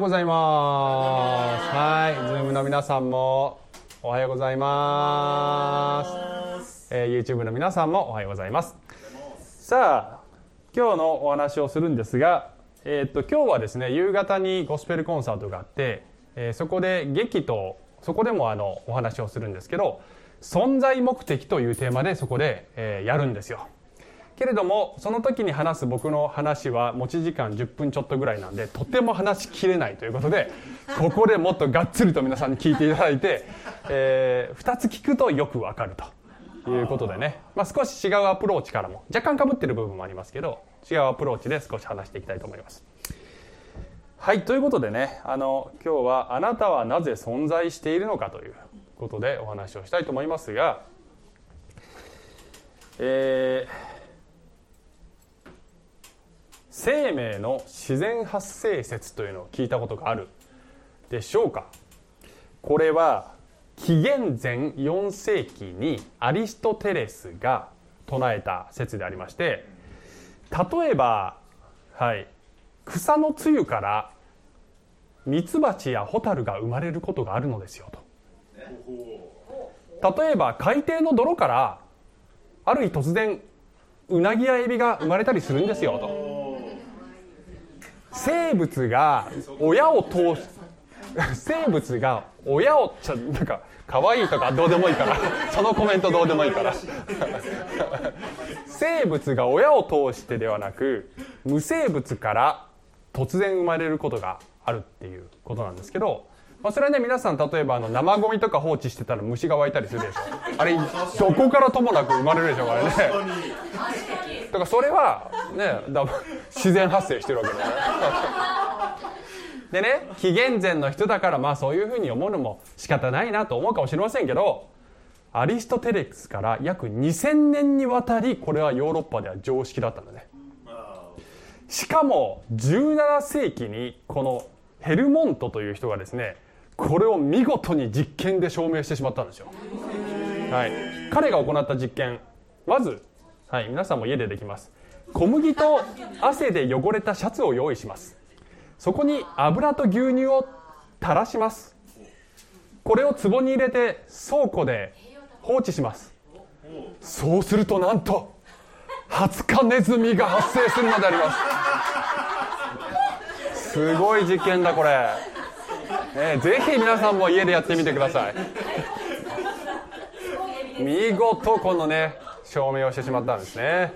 ございます。はい、Zoom の皆さんもおはようございます。YouTube の皆さんもおはようございます。さあ、今日のお話をするんですが、今日はですね、夕方にゴスペルコンサートがあって、そこで劇とそこでもお話をするんですけど、存在目的というテーマでそこで、やるんですよ。けれどもその時に話す僕の話は持ち時間10分ちょっとぐらいなんで、とても話しきれないということで、ここでもっとがっつりと皆さんに聞いていただいて、2つ聞くとよくわかるということでね、少し違うアプローチからも若干被っている部分もありますけど、違うアプローチで少し話していきたいと思います。はい、ということでね、今日はあなたはなぜ存在しているのかということでお話をしたいと思いますが、生命の自然発生説というのを聞いたことがあるでしょうか。これは紀元前4世紀にアリストテレスが唱えた説でありまして、例えば、草の露からミツバチやホタルが生まれることがあるのですよと。例えば海底の泥からある日突然ウナギやエビが生まれたりするんですよと。生物が親をなんか可愛いとかどうでもいいからそのコメントどうでもいいから生物が親を通してではなく無生物から突然生まれることがあるっていうことなんですけど、それはね、皆さん例えば生ゴミとか放置してたら虫が湧いたりするでしょ。あれどこからともなく生まれるでしょ、あれね。だからそれはね、自然発生してるわけだよね。でね、紀元前の人だからそういうふうに思うのも仕方ないなと思うかもしれませんけど、アリストテレスから約2000年にわたりこれはヨーロッパでは常識だったんだね。しかも17世紀にこのヘルモントという人がですね、これを見事に実験で証明してしまったんですよ。彼が行った実験、まず、皆さんも家でできます。小麦と汗で汚れたシャツを用意します。そこに油と牛乳を垂らします。これを壺に入れて倉庫で放置します。そうするとなんとハツカネズミが発生するのであります。すごい実験だこれ。ぜひ皆さんも家でやってみてください。見事このね証明をしてしまったんですね。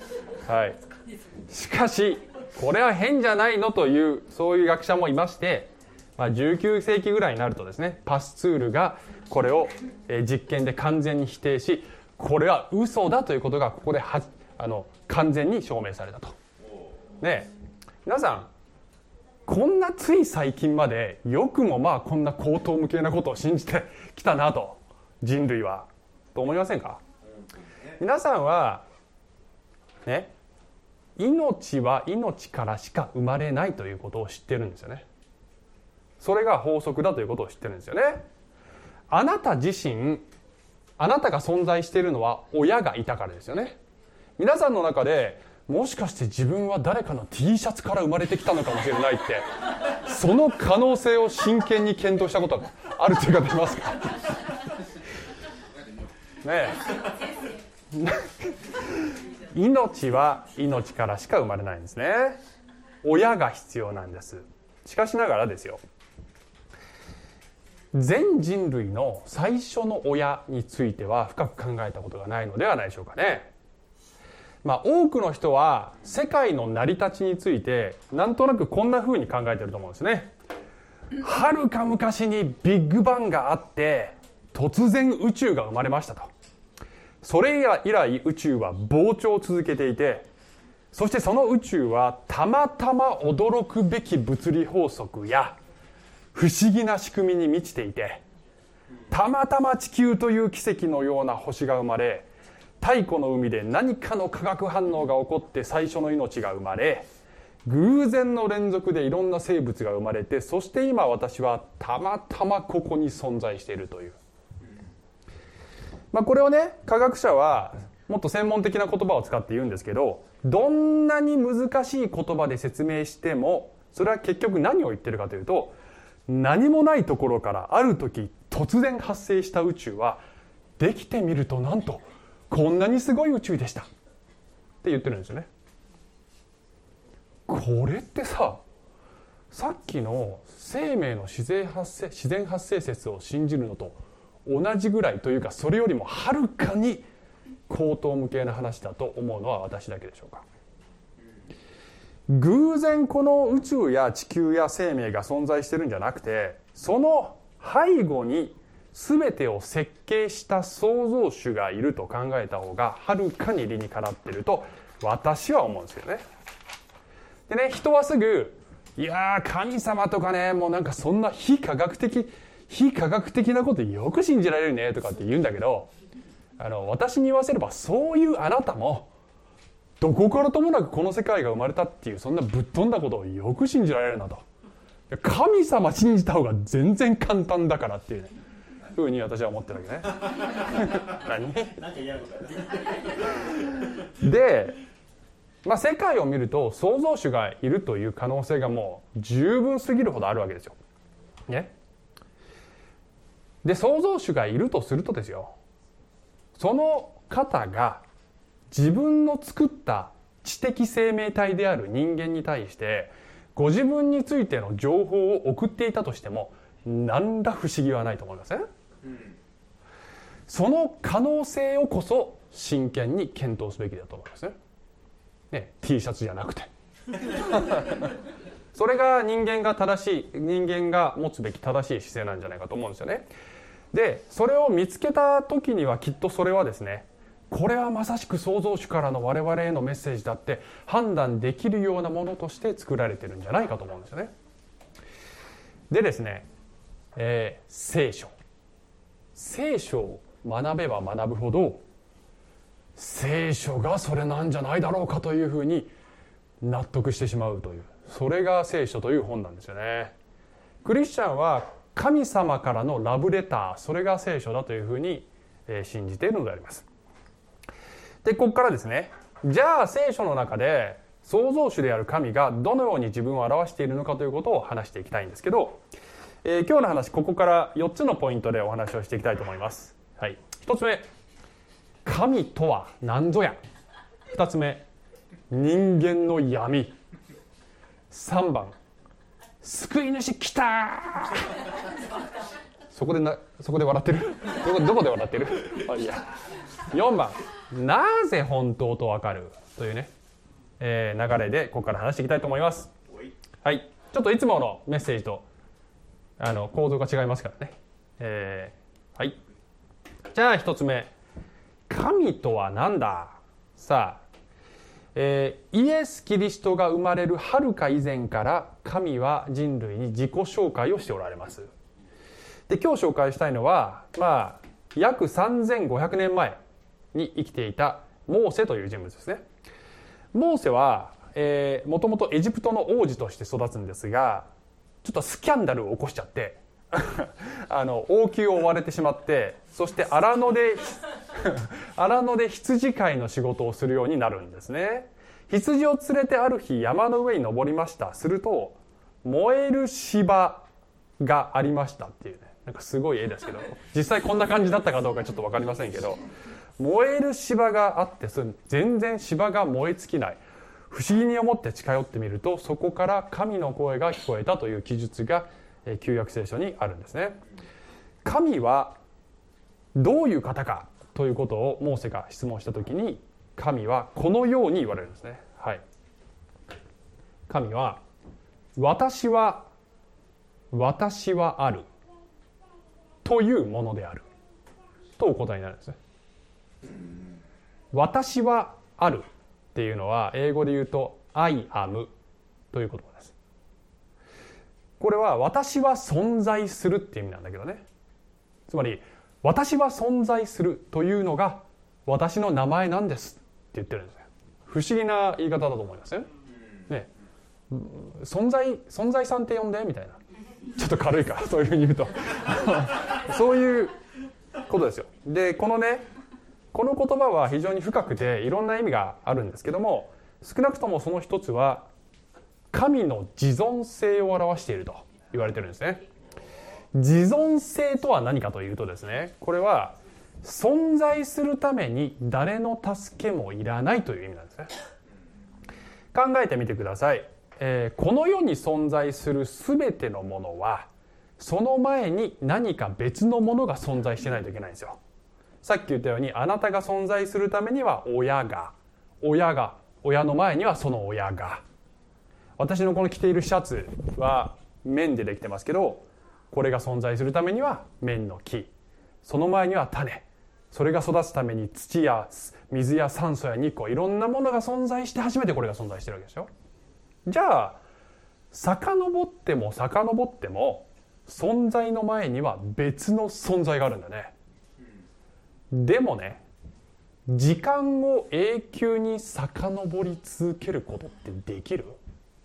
しかしこれは変じゃないのというそういう学者もいまして、19世紀ぐらいになるとですね、パスツールがこれを実験で完全に否定し、これは嘘だということがここで完全に証明されたと。ね、皆さんこんなつい最近までよくもこんな荒唐無稽なことを信じてきたなと、人類はと思いませんか。皆さんはね、命は命からしか生まれないということを知ってるんですよね。それが法則だということを知ってるんですよね。あなた自身、あなたが存在しているのは親がいたからですよね。皆さんの中でもしかして自分は誰かの T シャツから生まれてきたのかもしれないって、その可能性を真剣に検討したことがあるという方いますかね命は命からしか生まれないんですね。親が必要なんです。しかしながらですよ、全人類の最初の親については深く考えたことがないのではないでしょうかね。多くの人は世界の成り立ちについてなんとなくこんな風に考えていると思うんですね。はるか昔にビッグバンがあって突然宇宙が生まれましたと。それ以来宇宙は膨張を続けていて、そしてその宇宙はたまたま驚くべき物理法則や不思議な仕組みに満ちていて、たまたま地球という奇跡のような星が生まれ、太古の海で何かの化学反応が起こって最初の命が生まれ、偶然の連続でいろんな生物が生まれて、そして今私はたまたまここに存在しているという、これをね、科学者はもっと専門的な言葉を使って言うんですけど、どんなに難しい言葉で説明してもそれは結局何を言ってるかというと、何もないところからある時突然発生した宇宙はできてみるとなんとこんなにすごい宇宙でしたって言ってるんですよね。これってさっきの生命の自然発生説を信じるのと同じぐらいというか、それよりもはるかに高等無形な話だと思うのは私だけでしょうか。偶然この宇宙や地球や生命が存在してるんじゃなくて、その背後に全てを設計した創造主がいると考えた方がはるかに理にかなっていると私は思うんですよね。でね、人はすぐいやー神様とかね、もうなんかそんな非科学的なことよく信じられるねとかって言うんだけど、私に言わせればそういうあなたもどこからともなくこの世界が生まれたっていうそんなぶっ飛んだことをよく信じられるなと。神様信じた方が全然簡単だからっていうねふうに私は思ってるわけね。何？なんか嫌なことで、世界を見ると創造主がいるという可能性がもう十分すぎるほどあるわけですよ。ね。で、創造主がいるとするとですよ、その方が自分の作った知的生命体である人間に対してご自分についての情報を送っていたとしても何ら不思議はないと思いますね。その可能性をこそ真剣に検討すべきだと思いますね。T シャツじゃなくてそれが人間が持つべき正しい姿勢なんじゃないかと思うんですよね。で、それを見つけた時にはきっとそれはですね、これはまさしく創造主からの我々へのメッセージだって判断できるようなものとして作られてるんじゃないかと思うんですよね。でですね、聖書を学べば学ぶほど聖書がそれなんじゃないだろうかというふうに納得してしまうという、それが聖書という本なんですよね。クリスチャンは神様からのラブレター、それが聖書だというふうに信じているのであります。で、ここからですね、じゃあ聖書の中で創造主である神がどのように自分を表しているのかということを話していきたいんですけど、今日の話、ここから4つのポイントでお話をしていきたいと思います。はい、1つ目、神とは何ぞや。2つ目、人間の闇。3番、救い主来たそこで笑ってるどこで笑ってるいや。4番、なぜ本当とわかるというね、流れでここから話していきたいと思います。はい、ちょっといつものメッセージと構造が違いますからね。はい、じゃあ1つ目、神とは何だ。さあ、イエス・キリストが生まれるはるか以前から神は人類に自己紹介をしておられます。で、今日紹介したいのは、約3500年前に生きていたモーセという人物ですね。モーセはもともとエジプトの王子として育つんですが、ちょっとスキャンダルを起こしちゃって王宮を追われてしまって、そして荒野で羊飼いの仕事をするようになるんですね。羊を連れてある日山の上に登りました。すると燃える芝がありましたっていうね、なんかすごい絵ですけど、実際こんな感じだったかどうかちょっと分かりませんけど、燃える芝があって、それ全然芝が燃え尽きない。不思議に思って近寄ってみると、そこから神の声が聞こえたという記述が旧約聖書にあるんですね。神はどういう方かということをモーセが質問したときに、神はこのように言われるんですね。はい、神は私はあるというものであるとお答えになるんですね。私はあるっていうのは英語で言うと I am という言葉です。これは私は存在するっていう意味なんだけどね。つまり私は存在するというのが私の名前なんですって言ってるんですね。不思議な言い方だと思いますね。存在さんって呼んでみたいな、ちょっと軽いかそういうふうに言うとそういうことですよ。で、この言葉は非常に深くていろんな意味があるんですけども、少なくともその一つは神の自存性を表していると言われてるんですね。自存性とは何かというとですね、これは存在するために誰の助けもいらないという意味なんですね。考えてみてください。この世に存在する全てのものはその前に何か別のものが存在してないといけないんですよ。さっき言ったように、あなたが存在するためには親の前にはその親が、私のこの着ているシャツは綿でできてますけど、これが存在するためには綿の木、その前には種、それが育つために土や水や酸素や日光、いろんなものが存在して初めてこれが存在してるわけですよ。じゃあ遡っても存在の前には別の存在があるんだね。でもね、時間を永久に遡り続けることってできる？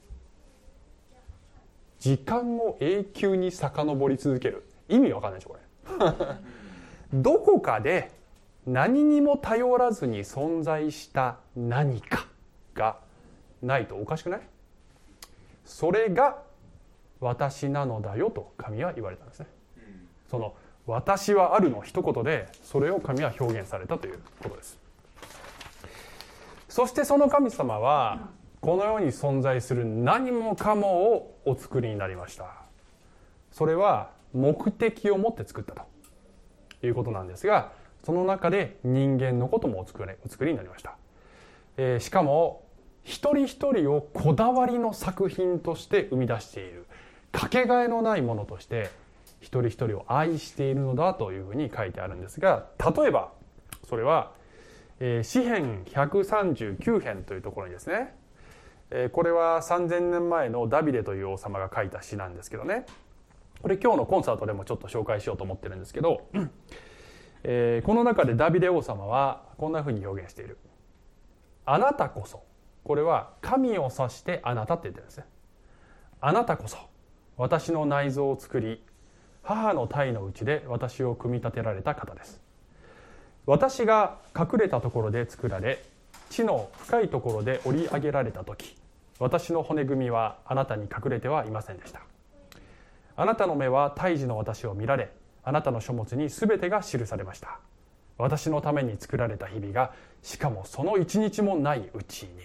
時間を永久に遡り続ける、意味わかんないでしょこれどこかで何にも頼らずに存在した何かがないとおかしくない？それが私なのだよと神は言われたんですね。その私はあるの一言でそれを神は表現されたということです。そしてその神様はこの世に存在する何もかもをお作りになりました。それは目的を持って作ったということなんですが、その中で人間のこともお作りになりました。しかも一人一人をこだわりの作品として生み出している、かけがえのないものとして一人一人を愛しているのだというふうに書いてあるんですが、例えばそれは詩編139編というところにですね、これは3000年前のダビデという王様が書いた詩なんですけどね、これ今日のコンサートでもちょっと紹介しようと思ってるんですけど、この中でダビデ王様はこんなふうに表現している。あなたこそ、これは神を指してあなたって言ってるんですね。あなたこそ私の内臓を作り、母の胎のうちで私を組み立てられた方です。私が隠れたところで作られ、地の深いところで織り上げられた時、私の骨組みはあなたに隠れてはいませんでした。あなたの目は胎児の私を見られ、あなたの書物に全てが記されました。私のために作られた日々が、しかもその一日もないうちに。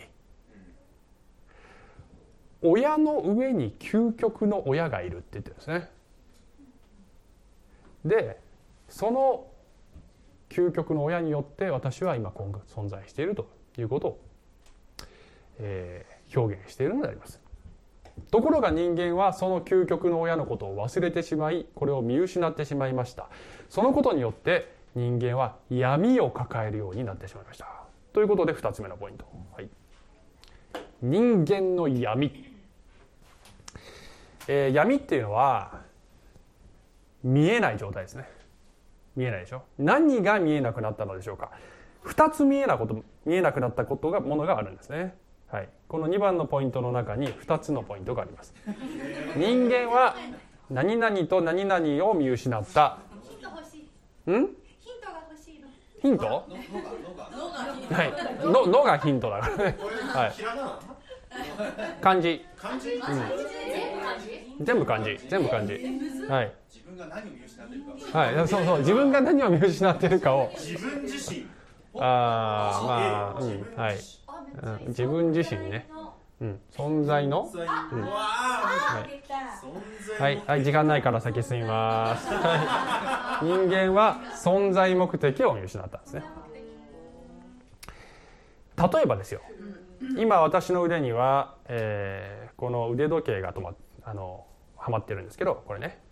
親の上に究極の親がいるって言ってるんですね。で、その究極の親によって私は今存在しているということを、表現しているのであります。ところが人間はその究極の親のことを忘れてしまい、これを見失ってしまいました。そのことによって人間は闇を抱えるようになってしまいました。ということで2つ目のポイント、はい、人間の闇。闇っていうのは見えない状態ですね。見えないでしょ。何が見えなくなったのでしょうか。2つ見えなくなったものがあるんですね。はい、この2番のポイントの中に2つのポイントがあります。人間は何々と何々を見失った。ヒント欲しい。ヒントが欲しいの。ヒント？はい。のがヒントだからね。はい。漢字。漢字？全部漢字。はい。 自分が何を見失ってるか。 はい。そう。自分が何を見失ってるかを。 自分自身。 はい。自分自身ね。存在の。はい。時間ないから先進みます。人間は存在目的を見失ったんですね。例えばですよ。今私の腕には、この腕時計がはまってるんですけど、これね、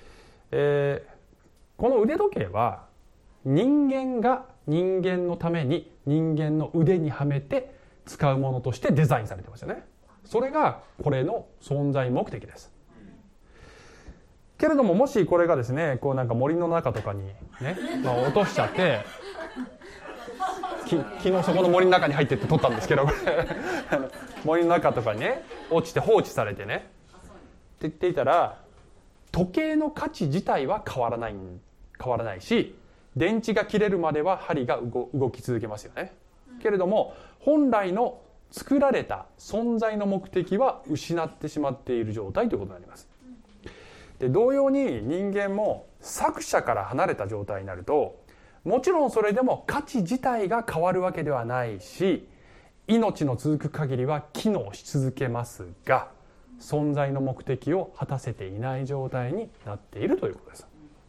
この腕時計は人間が人間のために人間の腕にはめて使うものとしてデザインされてますよね。それがこれの存在目的です。けれども、もしこれがですね、こうなんか森の中とかにね、落としちゃって昨日そこの森の中に入ってって撮ったんですけど森の中とかにね落ちて放置されてねって言っていたら、時計の価値自体は変わらないし、電池が切れるまでは針が動き続けますよね。けれども本来の作られた存在の目的は失ってしまっている状態ということになります。で、同様に人間も作者から離れた状態になると、もちろんそれでも価値自体が変わるわけではないし、命の続く限りは機能し続けますが、存在の目的を果たせていない状態になっているということです。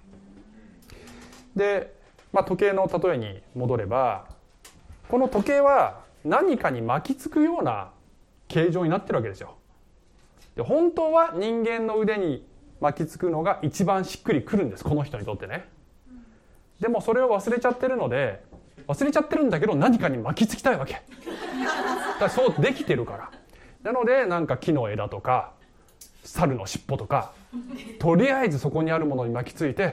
で、時計の例えに戻れば、この時計は何かに巻きつくような形状になってるわけですよ。で、本当は人間の腕に巻きつくのが一番しっくりくるんです、この人にとってね。でもそれを忘れちゃってるので、忘れちゃってるんだけど何かに巻きつきたいわけ。だからそうできてるから。なのでなんか木の枝とか猿の尻尾とか、とりあえずそこにあるものに巻きついて、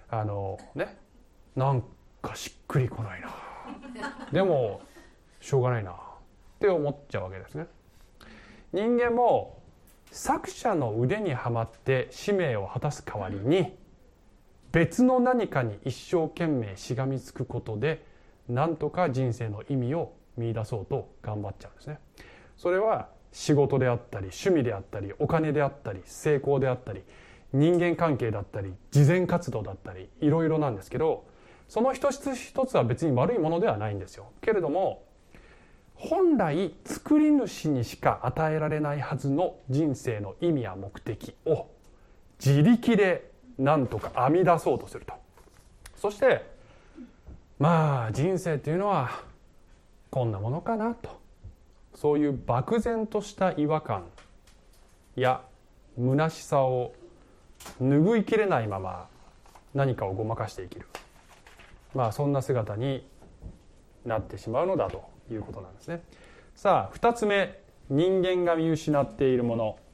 なんかしっくりこないな、でもしょうがないなって思っちゃうわけですね。人間も作者の腕にはまって使命を果たす代わりに、別の何かに一生懸命しがみつくことで、なんとか人生の意味を見出そうと頑張っちゃうんですね。それは仕事であったり、趣味であったり、お金であったり、成功であったり、人間関係だったり、慈善活動だったり、いろいろなんですけど、その一つ一つは別に悪いものではないんですよ。けれども、本来作り主にしか与えられないはずの人生の意味や目的を自力でなんとか編み出そうとすると。そして人生というのはこんなものかなと、そういう漠然とした違和感や虚しさを拭いきれないまま何かをごまかして生きる、そんな姿になってしまうのだということなんですね。さあ、2つ目、人間が見失っているもの、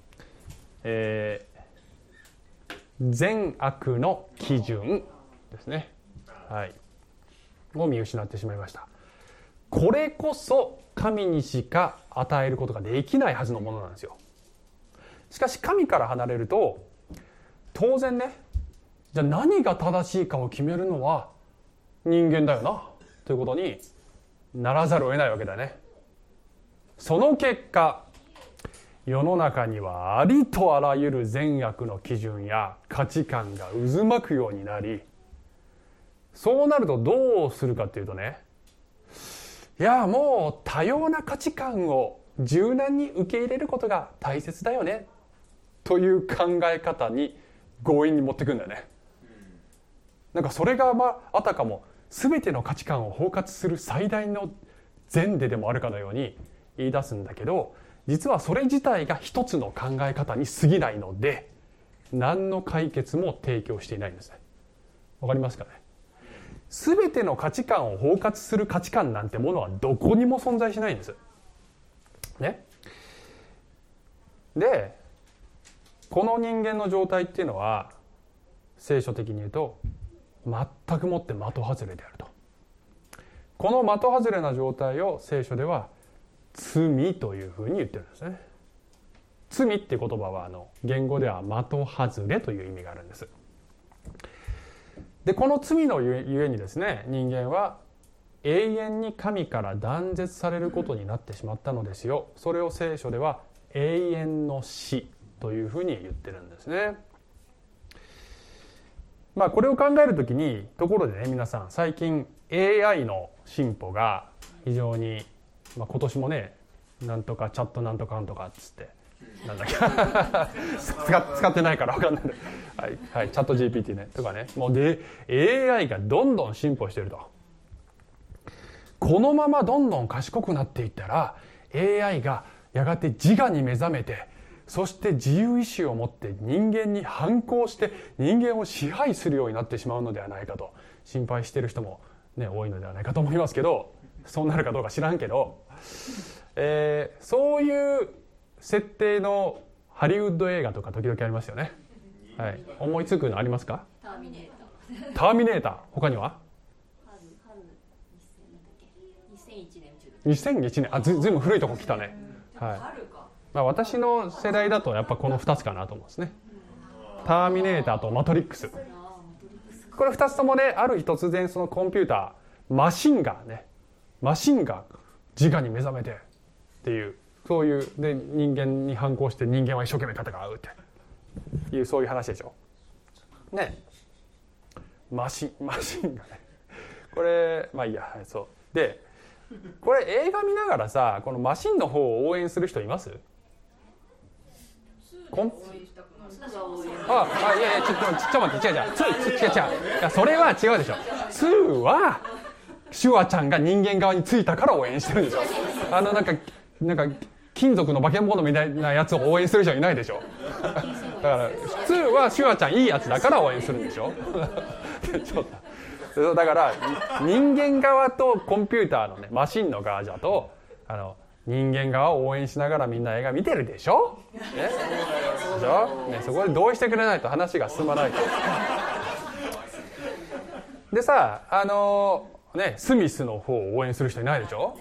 善悪の基準ですね、を見失ってしまいました。これこそ神にしか与えることができないはずのものなんですよ。しかし神から離れると、当然ね、じゃあ何が正しいかを決めるのは人間だよなということにならざるを得ないわけだね。その結果、世の中にはありとあらゆる善悪の基準や価値観が渦巻くようになり、そうなるとどうするかというとね、もう多様な価値観を柔軟に受け入れることが大切だよねという考え方に強引に持ってくんだよね。なんかそれがあたかも全ての価値観を包括する最大の善でもあるかのように言い出すんだけど、実はそれ自体が一つの考え方に過ぎないので、何の解決も提供していないんですね。わかりますかね。全ての価値観を包括する価値観なんてものはどこにも存在しないんですね。で、この人間の状態っていうのは聖書的に言うと全くもって的外れであると。この的外れな状態を聖書では罪というふうに言ってるんですね。罪っていう言葉は言語では的外れという意味があるんです。で、この罪のゆえにですね、人間は永遠に神から断絶されることになってしまったのですよ。それを聖書では永遠の死というふうに言ってるんですね。これを考えるときに、ところでね、皆さん最近 AI の進歩が非常に、今年もね、なんとかチャットなんとかなんとかっつって、なんだっけ使ってないから分かんないんで、チャット GPT ねとかね、もうで AI がどんどん進歩していると。このままどんどん賢くなっていったら AI がやがて自我に目覚めて、そして自由意志を持って人間に反抗して人間を支配するようになってしまうのではないかと心配している人も、ね、多いのではないかと思いますけど、そうなるかどうか知らんけど、そういう設定のハリウッド映画とか時々ありますよね。思いつくのありますか？ターミネーター。他には2001年。ずいぶん古いとこ来たね。私の世代だとやっぱこの2つかなと思うんですね。ターミネーターとマトリックス。これ2つともね、ある日突然そのコンピューター、マシンが自我に目覚めてっていう、そういうで人間に反抗して人間は一生懸命戦うっていう、そういう話でしょね。マシンがね、これまあいいや、そうで、これ映画見ながらさ、このマシンの方を応援する人います？いやちょっと待って、違う、いやそれは違うでしょ。2はシュワちゃんが人間側についたから応援してるんでしょ。なんか金属の化け物みたいなやつを応援する人はいないでしょ。だから2はシュワちゃんいいやつだから応援するんでしょ。ちょっとだから人間側とコンピューターのね、マシンの側じゃと人間側を応援しながらみんな映画見てるでしょ、ね、でしょ、ね、そこで同意してくれないと話が進まないから。でさ、ね、スミスの方を応援する人いないでしょ、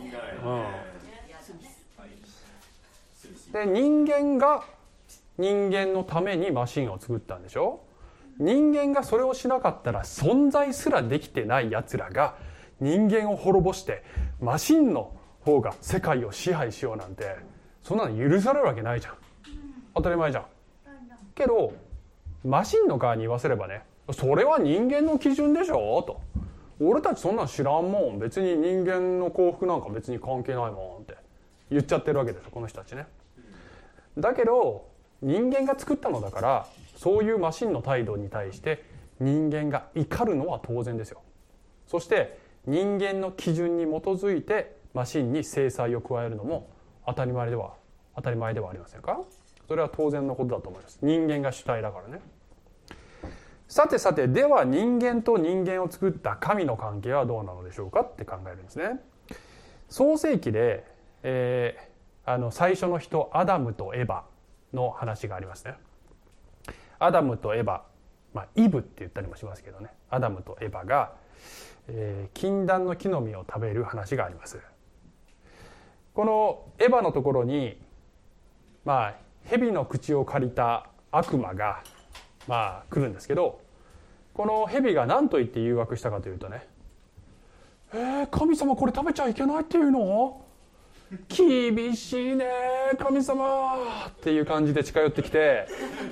で人間が人間のためにマシンを作ったんでしょ。人間がそれをしなかったら存在すらできてないやつらが人間を滅ぼしてマシンの方が世界を支配しようなんて、そんなの許されるわけないじゃん。当たり前じゃん。けどマシンの側に言わせればね、それは人間の基準でしょと。俺たちそんなん知らんもん、別に人間の幸福なんか別に関係ないもんって言っちゃってるわけですよ、この人たちね。だけど人間が作ったのだから、そういうマシンの態度に対して人間が怒るのは当然ですよ。そして人間の基準に基づいてマシンに制裁を加えるのも当たり前ではありませんか。それは当然のことだと思います。人間が主体だからね。さて、では人間と人間を作った神の関係はどうなのでしょうかって考えるんですね。創世記で、最初の人アダムとエバの話がありますね。アダムとエバ、イブって言ったりもしますけどね、アダムとエバが、禁断の木の実を食べる話があります。このエバのところに、蛇の口を借りた悪魔が、来るんですけど、この蛇が何と言って誘惑したかというとね、神様これ食べちゃいけないっていうの？厳しいね神様っていう感じで近寄ってきて、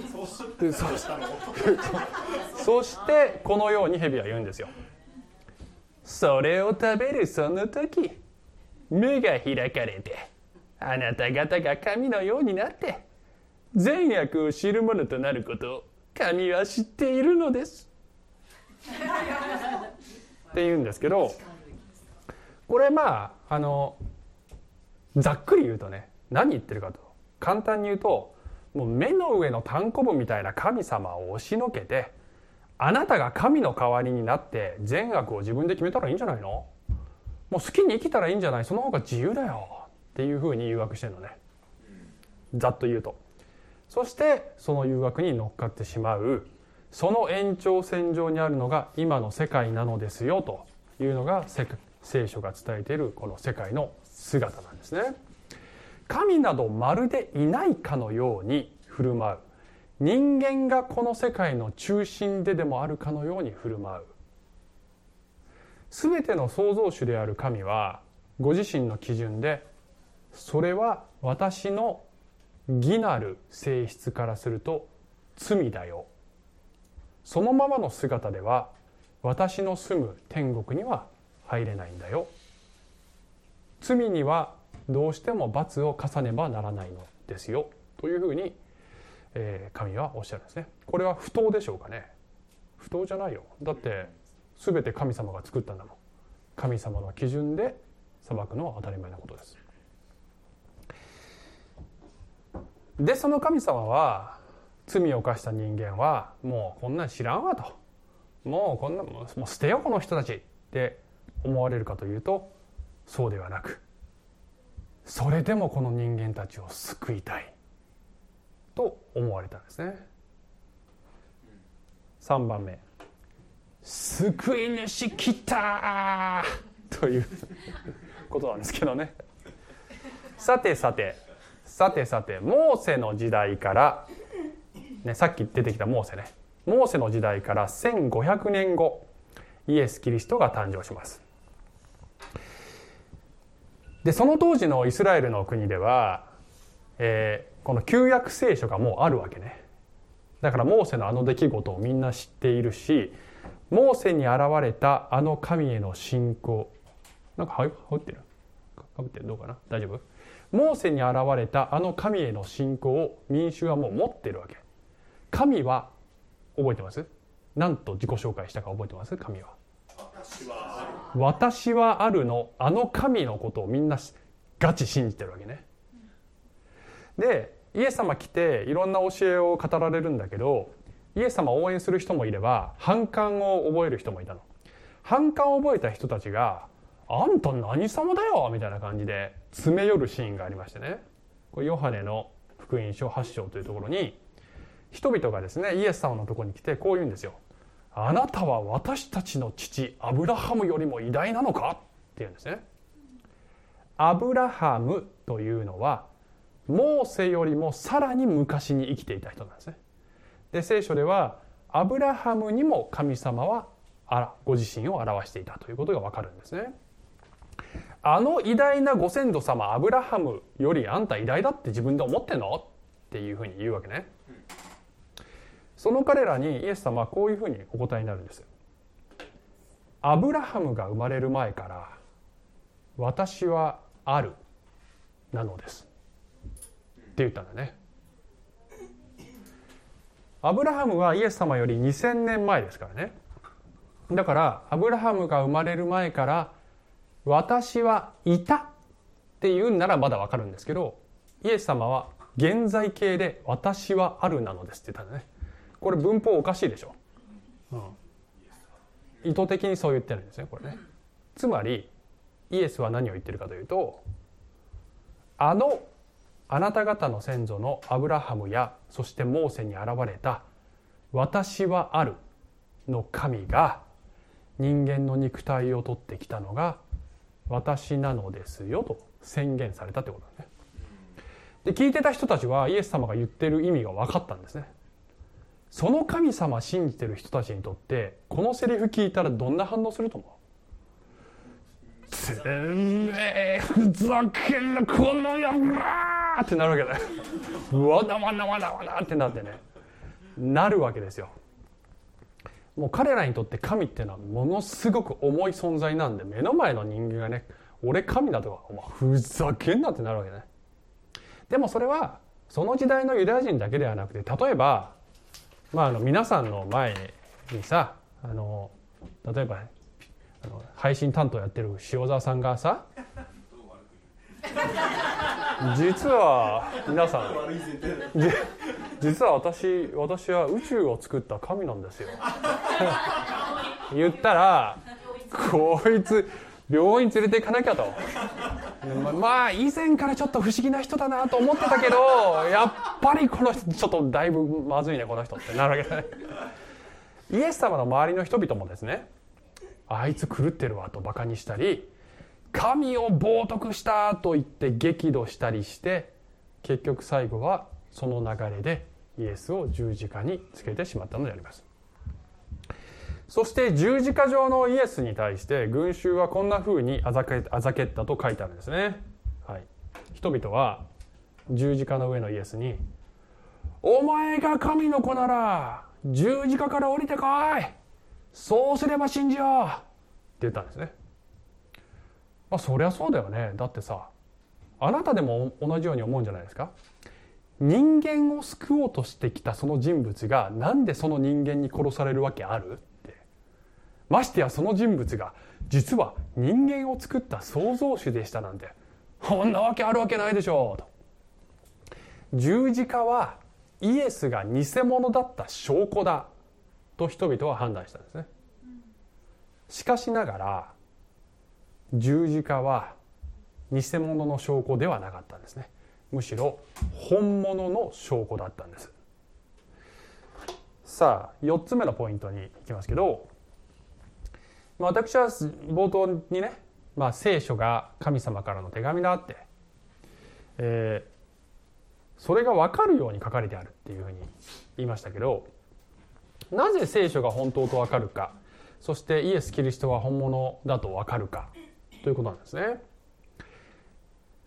そしてこのように蛇は言うんですよ。それを食べるその時、目が開かれて、あなた方が神のようになって善悪を知るものとなることを神は知っているのですって言うんですけど、これざっくり言うとね、何言ってるかと簡単に言うと、もう目の上のタンコブみたいな神様を押しのけて、あなたが神の代わりになって善悪を自分で決めたらいいんじゃないの？もう好きに生きたらいいんじゃない？その方が自由だよっていうふうに誘惑してるのね、ざっと言うと。そしてその誘惑に乗っかってしまう、その延長線上にあるのが今の世界なのですよというのが聖書が伝えているこの世界の姿なんですね。神などまるでいないかのように振る舞う、人間がこの世界の中心でもあるかのように振る舞う。すべての創造主である神はご自身の基準で、それは私の義なる性質からすると罪だよ、そのままの姿では私の住む天国には入れないんだよ、罪にはどうしても罰を課さねばならないのですよというふうに、神はおっしゃるんですね。これは不当でしょうかね。不当じゃないよ。だって全て神様が作ったんだもん。神様の基準で裁くのは当たり前なことです。でその神様は罪を犯した人間はもうこんなん知らんわと、もうこんなもう捨てよこの人たちって思われるかというと、そうではなく、それでもこの人間たちを救いたいと思われたんですね。3番目、救い主来たということなんですけどね。さてモーセの時代から、ね、さっき出てきたモーセね、モーセの時代から1500年後、イエス・キリストが誕生します。 でその当時のイスラエルの国では、この旧約聖書がもうあるわけね。だからモーセのあの出来事をみんな知っているし、モーセに現れたあの神への信仰、なんか羽織ってる？かぶってる？どうかな？大丈夫？モーセに現れたあの神への信仰を民衆はもう持ってるわけ。神は覚えてます？何と自己紹介したか覚えてます？神は私はあるのあの神のことをみんなガチ信じてるわけね。でイエス様来ていろんな教えを語られるんだけど、イエス様を応援する人もいれば反感を覚える人もいたの。反感を覚えた人たちがあんた何様だよみたいな感じで詰め寄るシーンがありましてね、これヨハネの福音書8章というところに人々がですねイエス様のところに来てこう言うんですよ。あなたは私たちの父アブラハムよりも偉大なのかって言うんですね。アブラハムというのはモーセよりもさらに昔に生きていた人なんですね。で聖書ではアブラハムにも神様はご自身を表していたということが分かるんですね。あの偉大なご先祖様アブラハムよりあんた偉大だって自分で思ってんのっていうふうに言うわけね。その彼らにイエス様はこういうふうにお答えになるんです。アブラハムが生まれる前から私はあるなのですって言ったんだね。アブラハムはイエス様より2000年前ですからね。だからアブラハムが生まれる前から私はいたって言うならまだわかるんですけど、イエス様は現在形で私はあるなのですって言ったんだね。これ文法おかしいでしょ、意図的にそう言ってるんですねこれね。つまりイエスは何を言ってるかというと、あなた方の先祖のアブラハムやそしてモーセに現れた私はあるの神が人間の肉体を取ってきたのが私なのですよと宣言されたってことなんですね。で聞いてた人たちはイエス様が言ってる意味が分かったんですね。その神様信じてる人たちにとってこのセリフ聞いたらどんな反応すると思う？てめえふざけんなこの野郎ってなるわけだよ。わなわなわなわなってなってね、なるわけですよ。もう彼らにとって神っていうのはものすごく重い存在なんで、目の前の人間がね俺神だとかお前ふざけんなってなるわけね。でもそれはその時代のユダヤ人だけではなくて、例えば皆さんの前にさ例えば配信担当やってる塩沢さんがさ実は皆さん実は私は宇宙を作った神なんですよ言ったらこいつ病院連れて行かなきゃと以前からちょっと不思議な人だなと思ってたけどやっぱりこの人ちょっとだいぶまずいねこの人ってなるわけだね。イエス様の周りの人々もですね、あいつ狂ってるわとバカにしたり神を冒涜したと言って激怒したりして、結局最後はその流れでイエスを十字架につけてしまったのであります。そして十字架上のイエスに対して群衆はこんな風にあざけったと書いてあるんですね、人々は十字架の上のイエスにお前が神の子なら十字架から降りてこい、そうすれば信じようって言ったんですね。そりゃそうだよね。だってさあなたでも同じように思うんじゃないですか。人間を救おうとしてきたその人物がなんでその人間に殺されるわけあるって、ましてやその人物が実は人間を作った創造主でしたなんてこんなわけあるわけないでしょうと。十字架はイエスが偽物だった証拠だと人々は判断したんですね。しかしながら十字架は偽物の証拠ではなかったんですね。むしろ本物の証拠だったんです。さあ4つ目のポイントに行きますけど、私は冒頭にね、聖書が神様からの手紙だって、それが分かるように書かれてあるっていうふうに言いましたけど、なぜ聖書が本当と分かるか、そしてイエス・キリストが本物だと分かるかということなんですね。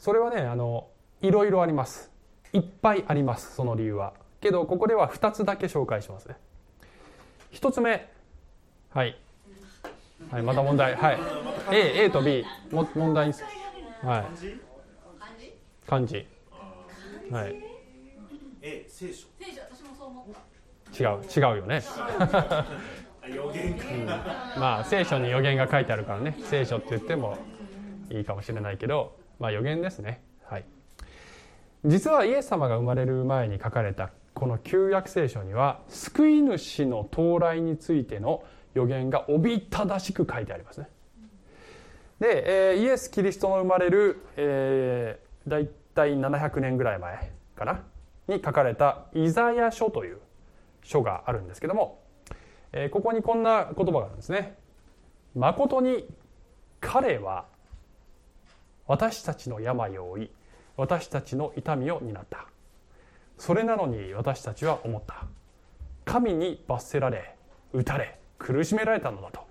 それはねいろいろあります。いっぱいあります、その理由は。けどここでは2つだけ紹介しますね。1つ目、はい、はい、また問題、はい、A と B 問題です。はい、漢字、はい、 聖書。 私もそう思った。 違うよね予言か、 まあ聖書に予言が書いてあるからね、聖書って言ってもいいかもしれないけど、まあ予言ですね。はい、実はイエス様が生まれる前に書かれたこの旧約聖書には救い主の到来についての予言がおびただしく書いてありますね。で、イエス・キリストの生まれる、だいたい700年ぐらい前かなに書かれたイザヤ書という書があるんですけども、ここにこんな言葉があるんですね。誠に彼は私たちの病を負い、私たちの痛みを担った。それなのに私たちは思った。神に罰せられ、打たれ、苦しめられたのだと。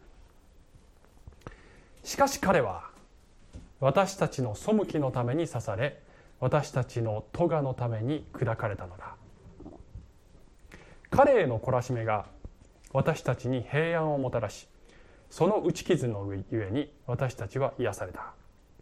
しかし彼は私たちの背きのために刺され、私たちの咎のために砕かれたのだ。彼への懲らしめが私たちに平安をもたらし、その打ち傷のゆえに私たちは癒された。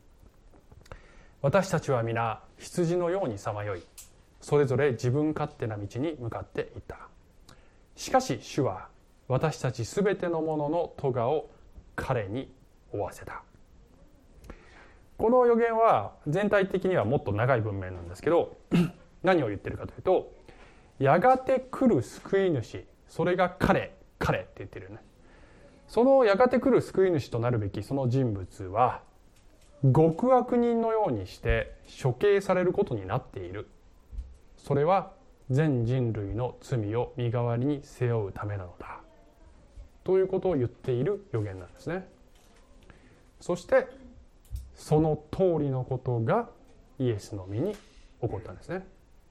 私たちは皆羊のようにさまよい、それぞれ自分勝手な道に向かっていった。しかし主は私たちすべてのものの咎を彼に負わせた。この予言は全体的にはもっと長い文面なんですけど何を言ってるかというと、やがて来る救い主、それが彼って言ってるよね。そのやがて来る救い主となるべきその人物は極悪人のようにして処刑されることになっている。それは全人類の罪を身代わりに背負うためなのだということを言っている予言なんですね。そしてその通りのことがイエスの身に起こったんですね。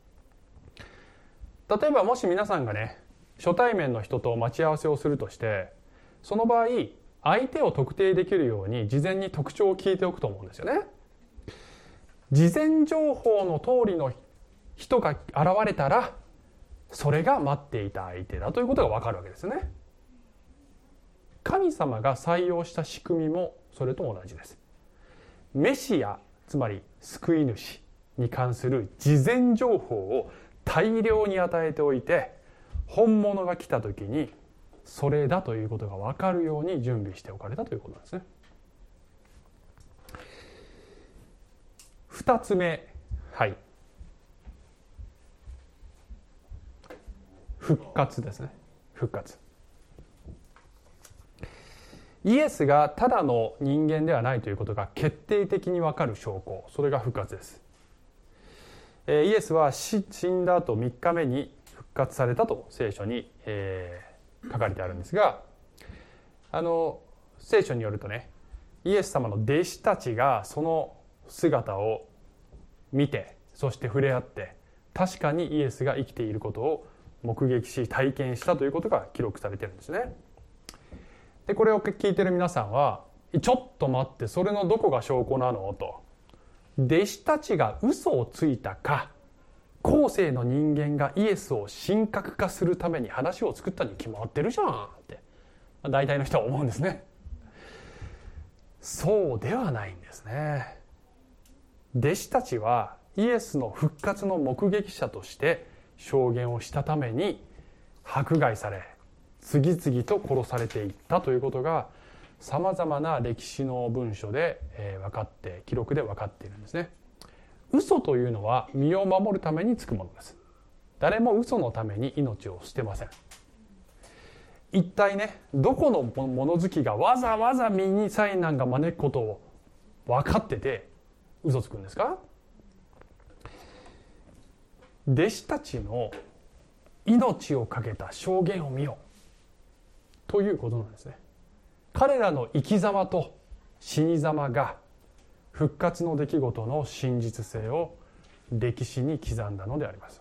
例えばもし皆さんがね、初対面の人と待ち合わせをするとして、その場合相手を特定できるように事前に特徴を聞いておくと思うんですよね。事前情報の通りの人が現れたら、それが待っていた相手だということが分かるわけですよね。神様が採用した仕組みもそれと同じです。メシア、つまり救い主に関する事前情報を大量に与えておいて、本物が来た時にそれだということが分かるように準備しておかれたということなんですね。2つ目、はい、復活ですね。復活。イエスがただの人間ではないということが決定的に分かる証拠、それが復活です。イエスは死んだ後3日目に復活されたと聖書に、書かれてあるんですが、聖書によるとね、イエス様の弟子たちがその姿を見て、そして触れ合って、確かにイエスが生きていることを目撃し体験したということが記録されているんですね。でこれを聞いている皆さんは、ちょっと待って、それのどこが証拠なのと、弟子たちが嘘をついたか、後世の人間がイエスを神格化するために話を作ったに決まってるじゃんって大体の人は思うんですね。そうではないんですね。弟子たちはイエスの復活の目撃者として証言をしたために迫害され、次々と殺されていったということがさまざまな歴史の文書で分かって、記録で分かっているんですね。嘘というのは身を守るためにつくものです。誰も嘘のために命を捨てません。一体ね、どこの物好きがわざわざ身に災難が招くことを分かってて嘘つくんですか？弟子たちの命を懸けた証言を見よということなんですね。彼らの生き様と死に様が復活の出来事の真実性を歴史に刻んだのであります。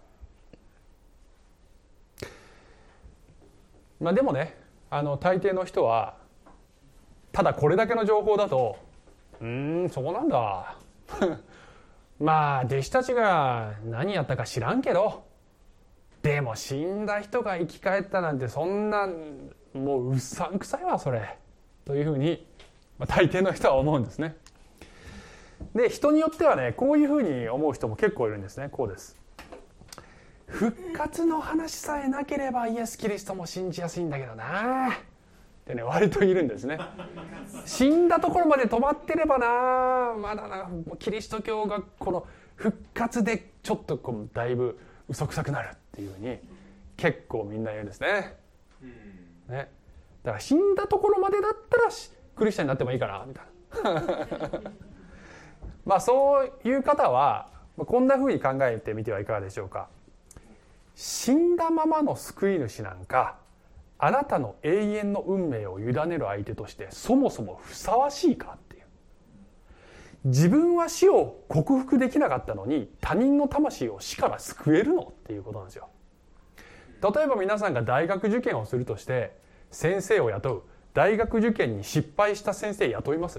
でもね、大抵の人はただこれだけの情報だとそうなんだまあ弟子たちが何やったか知らんけど、でも死んだ人が生き返ったなんてそんなもううさんくさいわそれというふうに、大抵の人は思うんですね。で人によってはねこういうふうに思う人も結構いるんですね。こうです。復活の話さえなければイエス・キリストも信じやすいんだけどなってね割といるんですね。死んだところまで止まってればなまだなキリスト教がこの復活でちょっとこうだいぶ嘘くさくなるっていうふうに結構みんな言うんですね。ねだから死んだところまでだったらクリスチャンになってもいいかなみたいなまあそういう方はこんなふうに考えてみてはいかがでしょうか。死んだままの救い主なんかあなたの永遠の運命を委ねる相手としてそもそもふさわしいかっていう。自分は死を克服できなかったのに他人の魂を死から救えるのっていうことなんですよ。例えば皆さんが大学受験をするとして先生を雇う。大学受験に失敗した先生雇います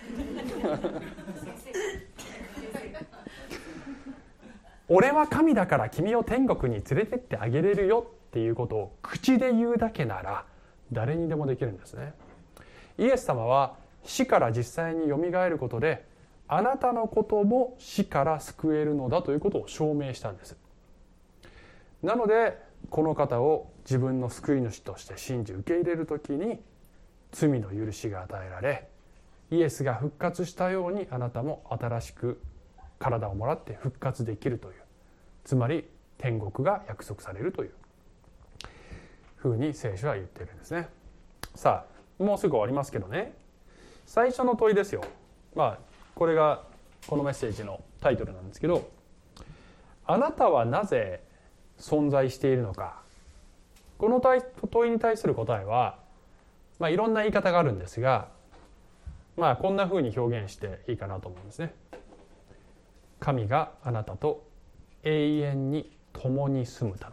俺は神だから君を天国に連れてってあげれるよっていうことを口で言うだけなら誰にでもできるんですね。イエス様は死から実際によみがえることであなたのことも死から救えるのだということを証明したんです。なのでこの方を自分の救い主として信じ受け入れるときに罪の許しが与えられイエスが復活したようにあなたも新しく体をもらって復活できるという、つまり天国が約束されるというふうに聖書は言っているんですね。さあもうすぐ終わりますけどね、最初の問いですよ。これがこのメッセージのタイトルなんですけど、あなたはなぜ存在しているのか。この問いに対する答えは、いろんな言い方があるんですが、こんなふうに表現していいかなと思うんですね。神があなたと永遠に共に住むため。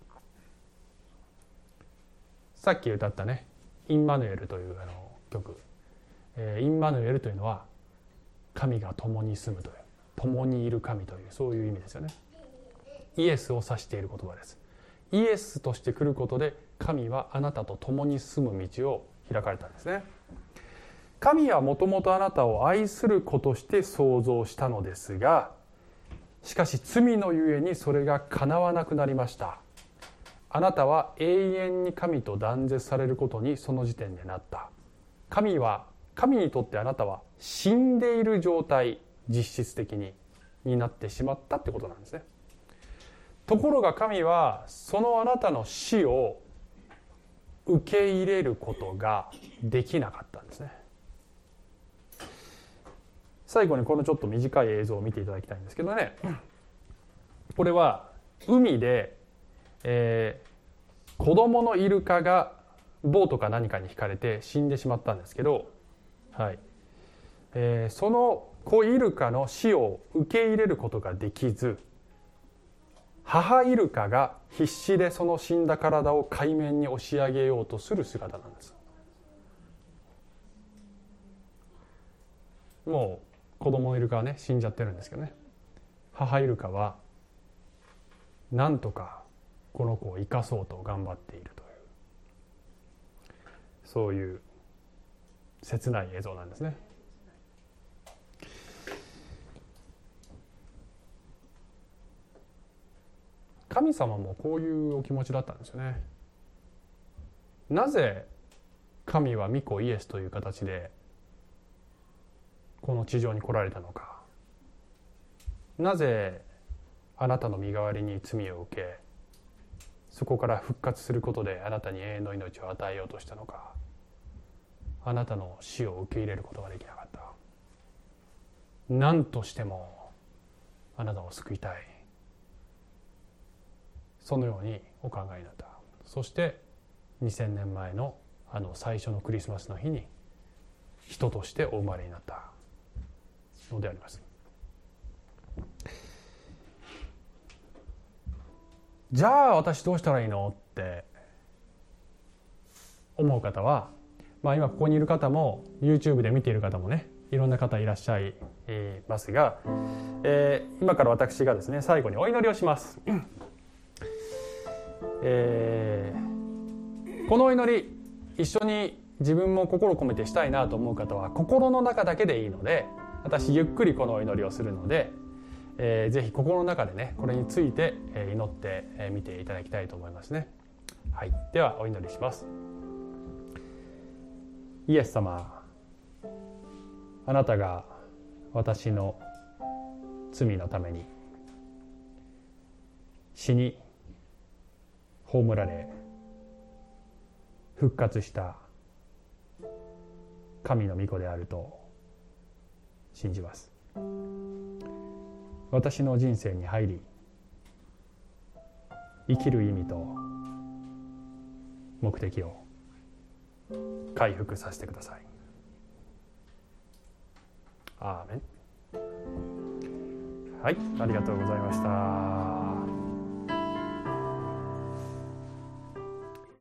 さっき歌ったねインマヌエルという曲、インマヌエルというのは神が共に住むという、共にいる神という、そういう意味ですよね。イエスを指している言葉です。イエスとして来ることで神はあなたと共に住む道を開かれたんですね。神はもともとあなたを愛する子として創造したのですが、しかし罪のゆえにそれが叶わなくなりました。あなたは永遠に神と断絶されることにその時点でなった。神にとってあなたは死んでいる状態、実質的になってしまったってことなんですね。ところが神はそのあなたの死を受け入れることができなかったんですね。最後にこのちょっと短い映像を見ていただきたいんですけどね、これは海で、子供のイルカがボートか何かにひかれて死んでしまったんですけど、その子イルカの死を受け入れることができず、母イルカが必死でその死んだ体を海面に押し上げようとする姿なんです。もう子供のイルカはね死んじゃってるんですけどね、母イルカはなんとかこの子を生かそうと頑張っているという、そういう切ない映像なんですね。神様もこういうお気持ちだったんですよね。なぜ神は御子イエスという形でこの地上に来られたのか。なぜあなたの身代わりに罪を受け、そこから復活することであなたに永遠の命を与えようとしたのか。あなたの死を受け入れることができなかった。何としてもあなたを救いたい、そのようにお考えになった。そして2000年前の最初のクリスマスの日に人としてお生まれになったのであります。じゃあ私どうしたらいいのって思う方は、今ここにいる方も YouTube で見ている方もね、 いろんな方いらっしゃいますが、今から私がですね最後にお祈りをします。このお祈り一緒に自分も心を込めてしたいなと思う方は心の中だけでいいので、私ゆっくりこのお祈りをするので、ぜひ心の中でねこれについて祈ってみていただきたいと思いますね。はい、ではお祈りします。イエス様、あなたが私の罪のために死に葬られ復活した神の御子であると信じます。私の人生に入り、生きる意味と目的を回復させてください。アーメン。はい、ありがとうございました。